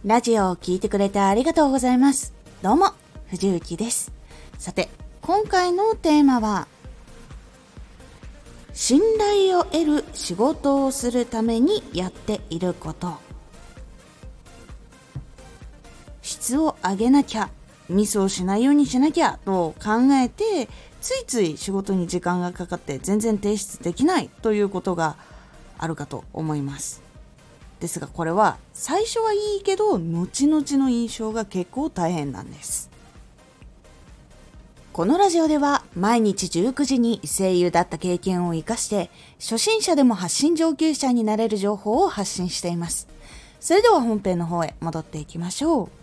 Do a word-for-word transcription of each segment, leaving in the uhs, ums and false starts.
ラジオを聞いてくれてありがとうございます。どうも、藤幸です。さて、今回のテーマは、信頼を得る仕事をするためにやっていること。質を上げなきゃ、ミスをしないようにしなきゃと考えて、ついつい仕事に時間がかかって全然提出できないということがあるかと思います。ですがこれは最初はいいけど後々の印象が結構大変なんです。このラジオでは毎日じゅうくじに声優だった経験を生かして初心者でも発信上級者になれる情報を発信しています。それでは本編の方へ戻っていきましょう。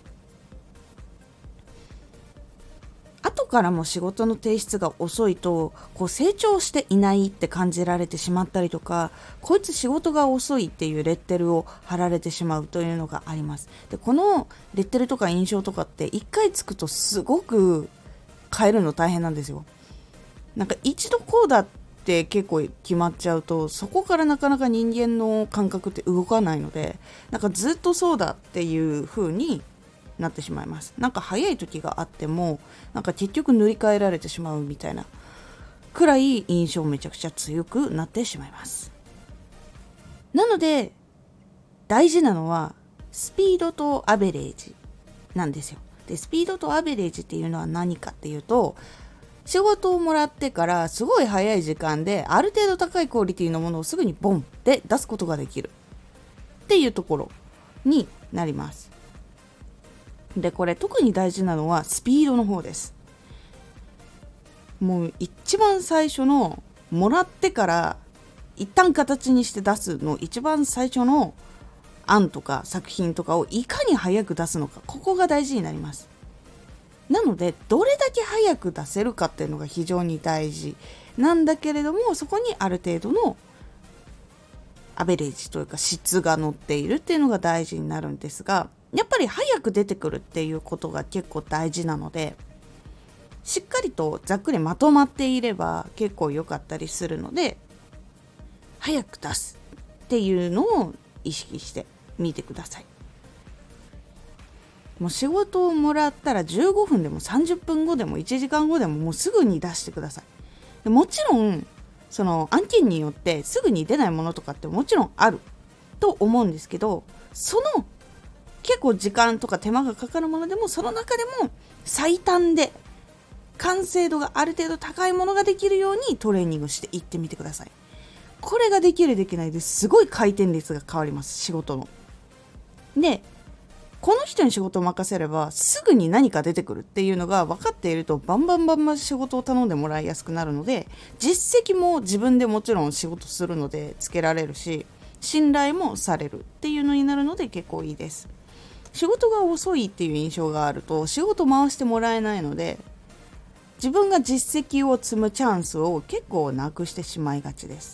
後からも仕事の提出が遅いとこう成長していないって感じられてしまったりとか、こいつ仕事が遅いっていうレッテルを貼られてしまうというのがあります。でこのレッテルとか印象とかって一回つくとすごく変えるの大変なんですよ。なんか一度こうだって結構決まっちゃうと、そこからなかなか人間の感覚って動かないので、なんかずっとそうだっていう風になってしまいます。なんか早い時があってもなんか結局塗り替えられてしまうみたいなくらい印象めちゃくちゃ強くなってしまいます。なので大事なのはスピードとアベレージなんですよ。でスピードとアベレージっていうのは何かっていうと、仕事をもらってからすごい早い時間である程度高いクオリティのものをすぐにボンって出すことができるっていうところになります。でこれ特に大事なのはスピードの方です。もう一番最初のもらってから一旦形にして出すの一番最初の案とか作品とかをいかに早く出すのか、ここが大事になります。なのでどれだけ早く出せるかっていうのが非常に大事なんだけれども、そこにある程度のアベレージというか質が乗っているっていうのが大事になるんですが、やっぱり早く出てくるっていうことが結構大事なので、しっかりとざっくりまとまっていれば結構良かったりするので、早く出すっていうのを意識してみてください。もう仕事をもらったらじゅうごふんでもさんじゅっぷんごでもいちじかんごでももうすぐに出してください。でもちろんその案件によってすぐに出ないものとかってもちろんあると思うんですけど、その結構時間とか手間がかかるものでもその中でも最短で完成度がある程度高いものができるようにトレーニングしていってみてください。これができるできないですごい回転率が変わります、仕事の。でこの人に仕事を任せればすぐに何か出てくるっていうのが分かっていると、バンバンバンバン仕事を頼んでもらいやすくなるので、実績も自分でもちろん仕事するのでつけられるし、信頼もされるっていうのになるので結構いいです。仕事が遅いっていう印象があると仕事回してもらえないので、自分が実績を積むチャンスを結構なくしてしまいがちです。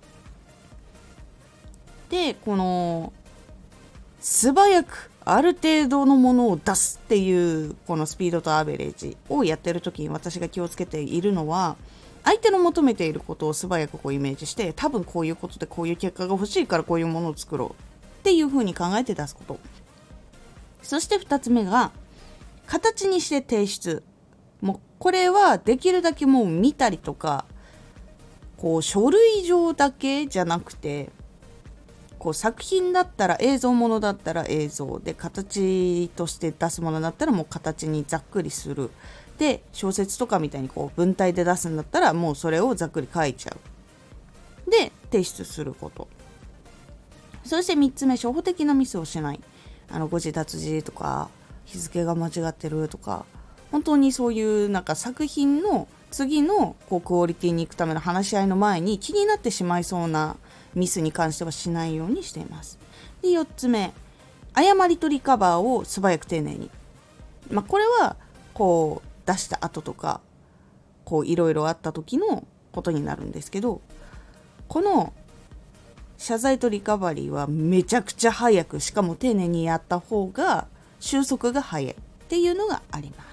でこの素早くある程度のものを出すっていうこのスピードとアベレージをやってる時に私が気をつけているのは、相手の求めていることを素早くこうイメージして、多分こういうことでこういう結果が欲しいからこういうものを作ろうっていう風に考えて出すこと。そしてふたつめが形にして提出。もうこれはできるだけもう見たりとか、こう書類上だけじゃなくて、こう作品だったら映像ものだったら映像で、形として出すものだったらもう形にざっくりする。で小説とかみたいにこう文体で出すんだったらもうそれをざっくり書いちゃう。で提出すること。そしてみっつめ、初歩的なミスをしない。あの誤字脱字とか日付が間違ってるとか、本当にそういうなんか作品の次のこうクオリティに行くための話し合いの前に気になってしまいそうなミスに関してはしないようにしています。でよっつめ、誤りとリカバーを素早く丁寧に。まあ、これはこう出した後とかこういろいろあった時のことになるんですけど、この謝罪とリカバリーはめちゃくちゃ早く、しかも丁寧にやった方が収束が早いっていうのがあります。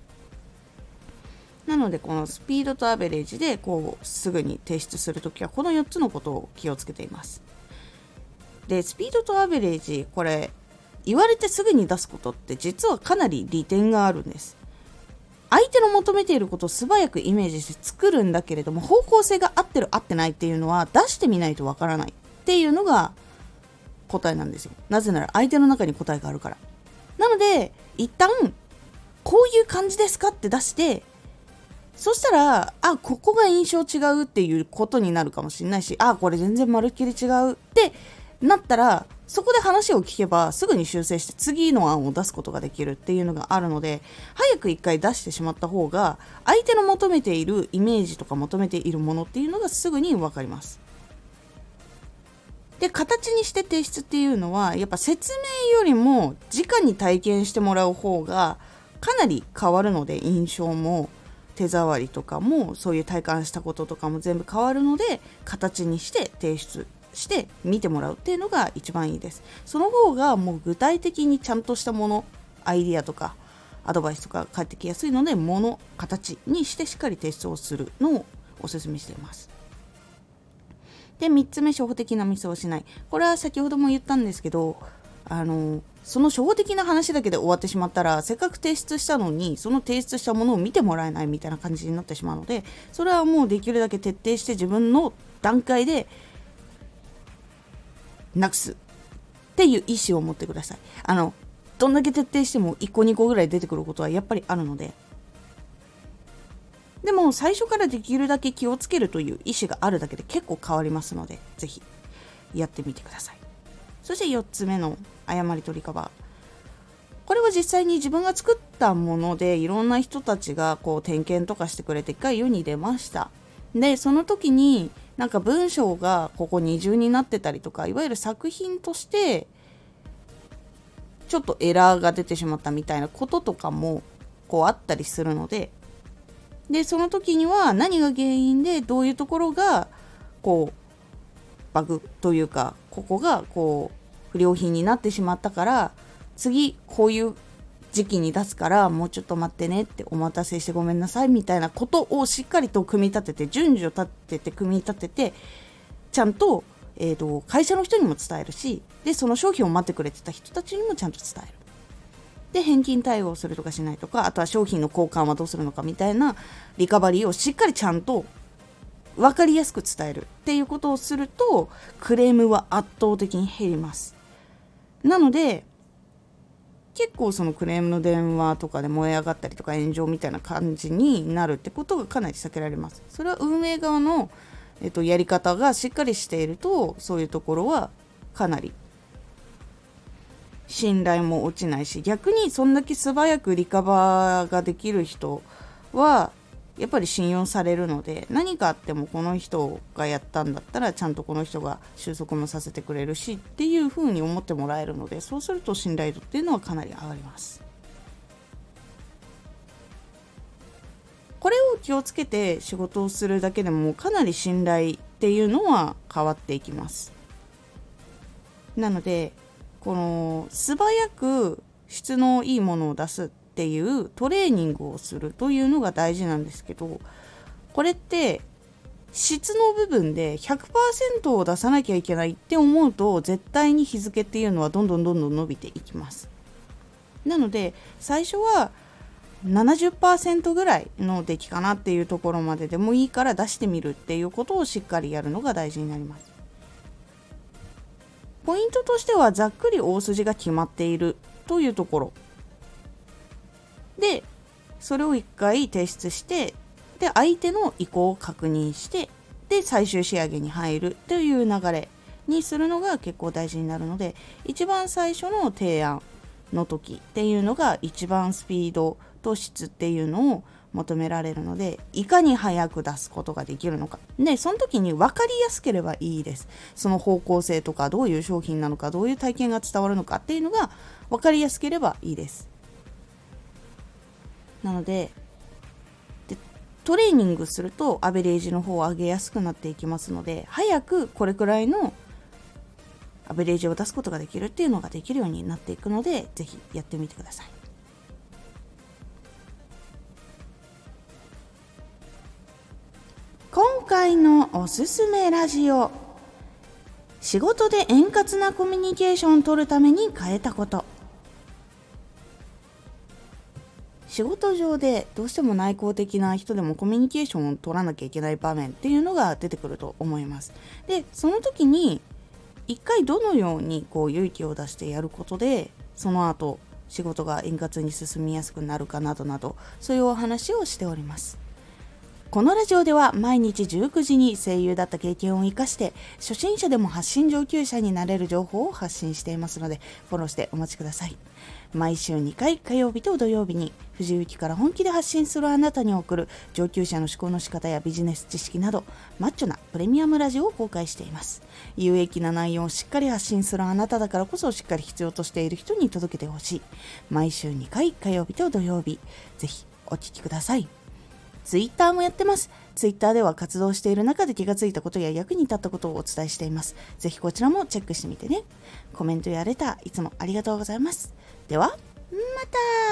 なのでこのスピードとアベレージでこうすぐに提出するときはこのよっつのことを気をつけています。でスピードとアベレージ、これ言われてすぐに出すことって実はかなり利点があるんです。相手の求めていることを素早くイメージして作るんだけれども、方向性が合ってる合ってないっていうのは出してみないとわからないっていうのが答えなんですよ。なぜなら相手の中に答えがあるから。なので一旦こういう感じですかって出して、そしたらあここが印象違うっていうことになるかもしれないし、あこれ全然まるっきり違うってなったら、そこで話を聞けばすぐに修正して次の案を出すことができるっていうのがあるので、早く一回出してしまった方が相手の求めているイメージとか求めているものっていうのがすぐに分かります。で、形にして提出っていうのはやっぱ説明よりも直に体験してもらう方がかなり変わるので、印象も手触りとかもそういう体感したこととかも全部変わるので、形にして提出して見てもらうっていうのが一番いいです。その方がもう具体的にちゃんとしたもの、アイディアとかアドバイスとか返ってきやすいので、もの、形にしてしっかり提出をするのをお勧めしています。で、みっつめ、初歩的なミスをしない。これは先ほども言ったんですけど、あのその初歩的な話だけで終わってしまったら、せっかく提出したのにその提出したものを見てもらえないみたいな感じになってしまうので、それはもうできるだけ徹底して自分の段階でなくすっていう意思を持ってください。あのどんだけ徹底してもいっこにこぐらい出てくることはやっぱりあるので、でも最初からできるだけ気をつけるという意思があるだけで結構変わりますので、ぜひやってみてください。そしてよっつめの誤りとリカバー。これは実際に自分が作ったもので、いろんな人たちがこう点検とかしてくれて一回世に出ました。でその時になんか文章がここ二重になってたりとか、いわゆる作品としてちょっとエラーが出てしまったみたいなこととかもこうあったりするので、でその時には何が原因でどういうところがこうバグというか、ここがこう不良品になってしまったから次こういう時期に出すからもうちょっと待ってねって、お待たせしてごめんなさいみたいなことをしっかりと組み立てて、順序立てて組み立てて、ちゃんと、えーと、会社の人にも伝えるし、でその商品を待ってくれてた人たちにもちゃんと伝える。で返金対応するとかしないとか、あとは商品の交換はどうするのかみたいなリカバリーをしっかりちゃんと分かりやすく伝えるっていうことをすると、クレームは圧倒的に減ります。なので結構そのクレームの電話とかで燃え上がったりとか炎上みたいな感じになるってことがかなり避けられます。それは運営側の、えっと、やり方がしっかりしていると、そういうところはかなり信頼も落ちないし、逆にそんだけ素早くリカバーができる人はやっぱり信用されるので、何かあってもこの人がやったんだったらちゃんとこの人が収束もさせてくれるしっていう風に思ってもらえるので、そうすると信頼度っていうのはかなり上がります。これを気をつけて仕事をするだけでもかなり信頼っていうのは変わっていきます。なのでこの素早く質のいいものを出すっていうトレーニングをするというのが大事なんですけど、これって質の部分で ひゃくパーセント を出さなきゃいけないって思うと、絶対に日付っていうのはどんどんどんどん伸びていきます。なので最初は ななじゅっパーセント ぐらいの出来かなっていうところまででもいいから出してみるっていうことをしっかりやるのが大事になります。ポイントとしてはざっくり大筋が決まっているというところで、それを一回提出して、で相手の意向を確認して、で最終仕上げに入るという流れにするのが結構大事になるので、一番最初の提案の時っていうのが一番スピードと質っていうのを求められるので、いかに早く出すことができるのかで、その時に分かりやすければいいです。その方向性とか、どういう商品なのか、どういう体験が伝わるのかっていうのが分かりやすければいいです。なので、でトレーニングするとアベレージの方を上げやすくなっていきますので、早くこれくらいのアベレージを出すことができるっていうのができるようになっていくので、ぜひやってみてください。今回のおすすめラジオ、仕事で円滑なコミュニケーションを取るために変えたこと。 仕事上でどうしても内向的な人でもコミュニケーションを取らなきゃいけない場面っていうのが出てくると思います。で、その時に一回どのようにこう勇気を出してやることで、その後仕事が円滑に進みやすくなるかなどなど、そういうお話をしております。このラジオでは毎日じゅうくじに声優だった経験を生かして初心者でも発信上級者になれる情報を発信していますので、フォローしてお待ちください。毎週にかい、火曜日と土曜日に藤雪から本気で発信するあなたに送る上級者の思考の仕方やビジネス知識などマッチョなプレミアムラジオを公開しています。有益な内容をしっかり発信するあなただからこそ、しっかり必要としている人に届けてほしい。毎週にかい、火曜日と土曜日、ぜひお聞きください。ツイッターもやってます。ツイッターでは活動している中で気がついたことや役に立ったことをお伝えしています。ぜひこちらもチェックしてみてね。コメントやレターいつもありがとうございます。ではまた。